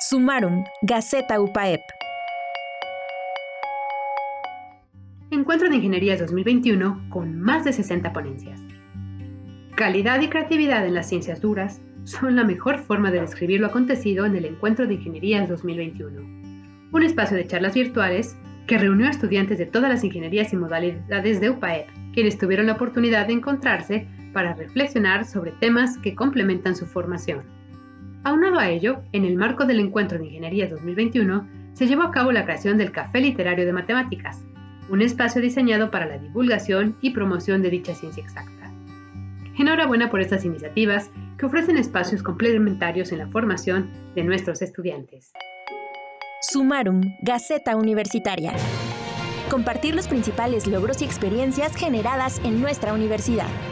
Sumarum, Gaceta UPAEP. Encuentro de Ingenierías 2021 con más de 60 ponencias. Calidad y creatividad en las ciencias duras son la mejor forma de describir lo acontecido en el Encuentro de Ingenierías 2021, un espacio de charlas virtuales que reunió a estudiantes de todas las ingenierías y modalidades de UPAEP, quienes tuvieron la oportunidad de encontrarse para reflexionar sobre temas que complementan su formación. Aunado a ello, en el marco del Encuentro de Ingenierías 2021, se llevó a cabo la creación del Café Literario de Matemáticas, un espacio diseñado para la divulgación y promoción de dicha ciencia exacta. Enhorabuena por estas iniciativas que ofrecen espacios complementarios en la formación de nuestros estudiantes. Sumarum, Gaceta Universitaria. Compartir los principales logros y experiencias generadas en nuestra universidad.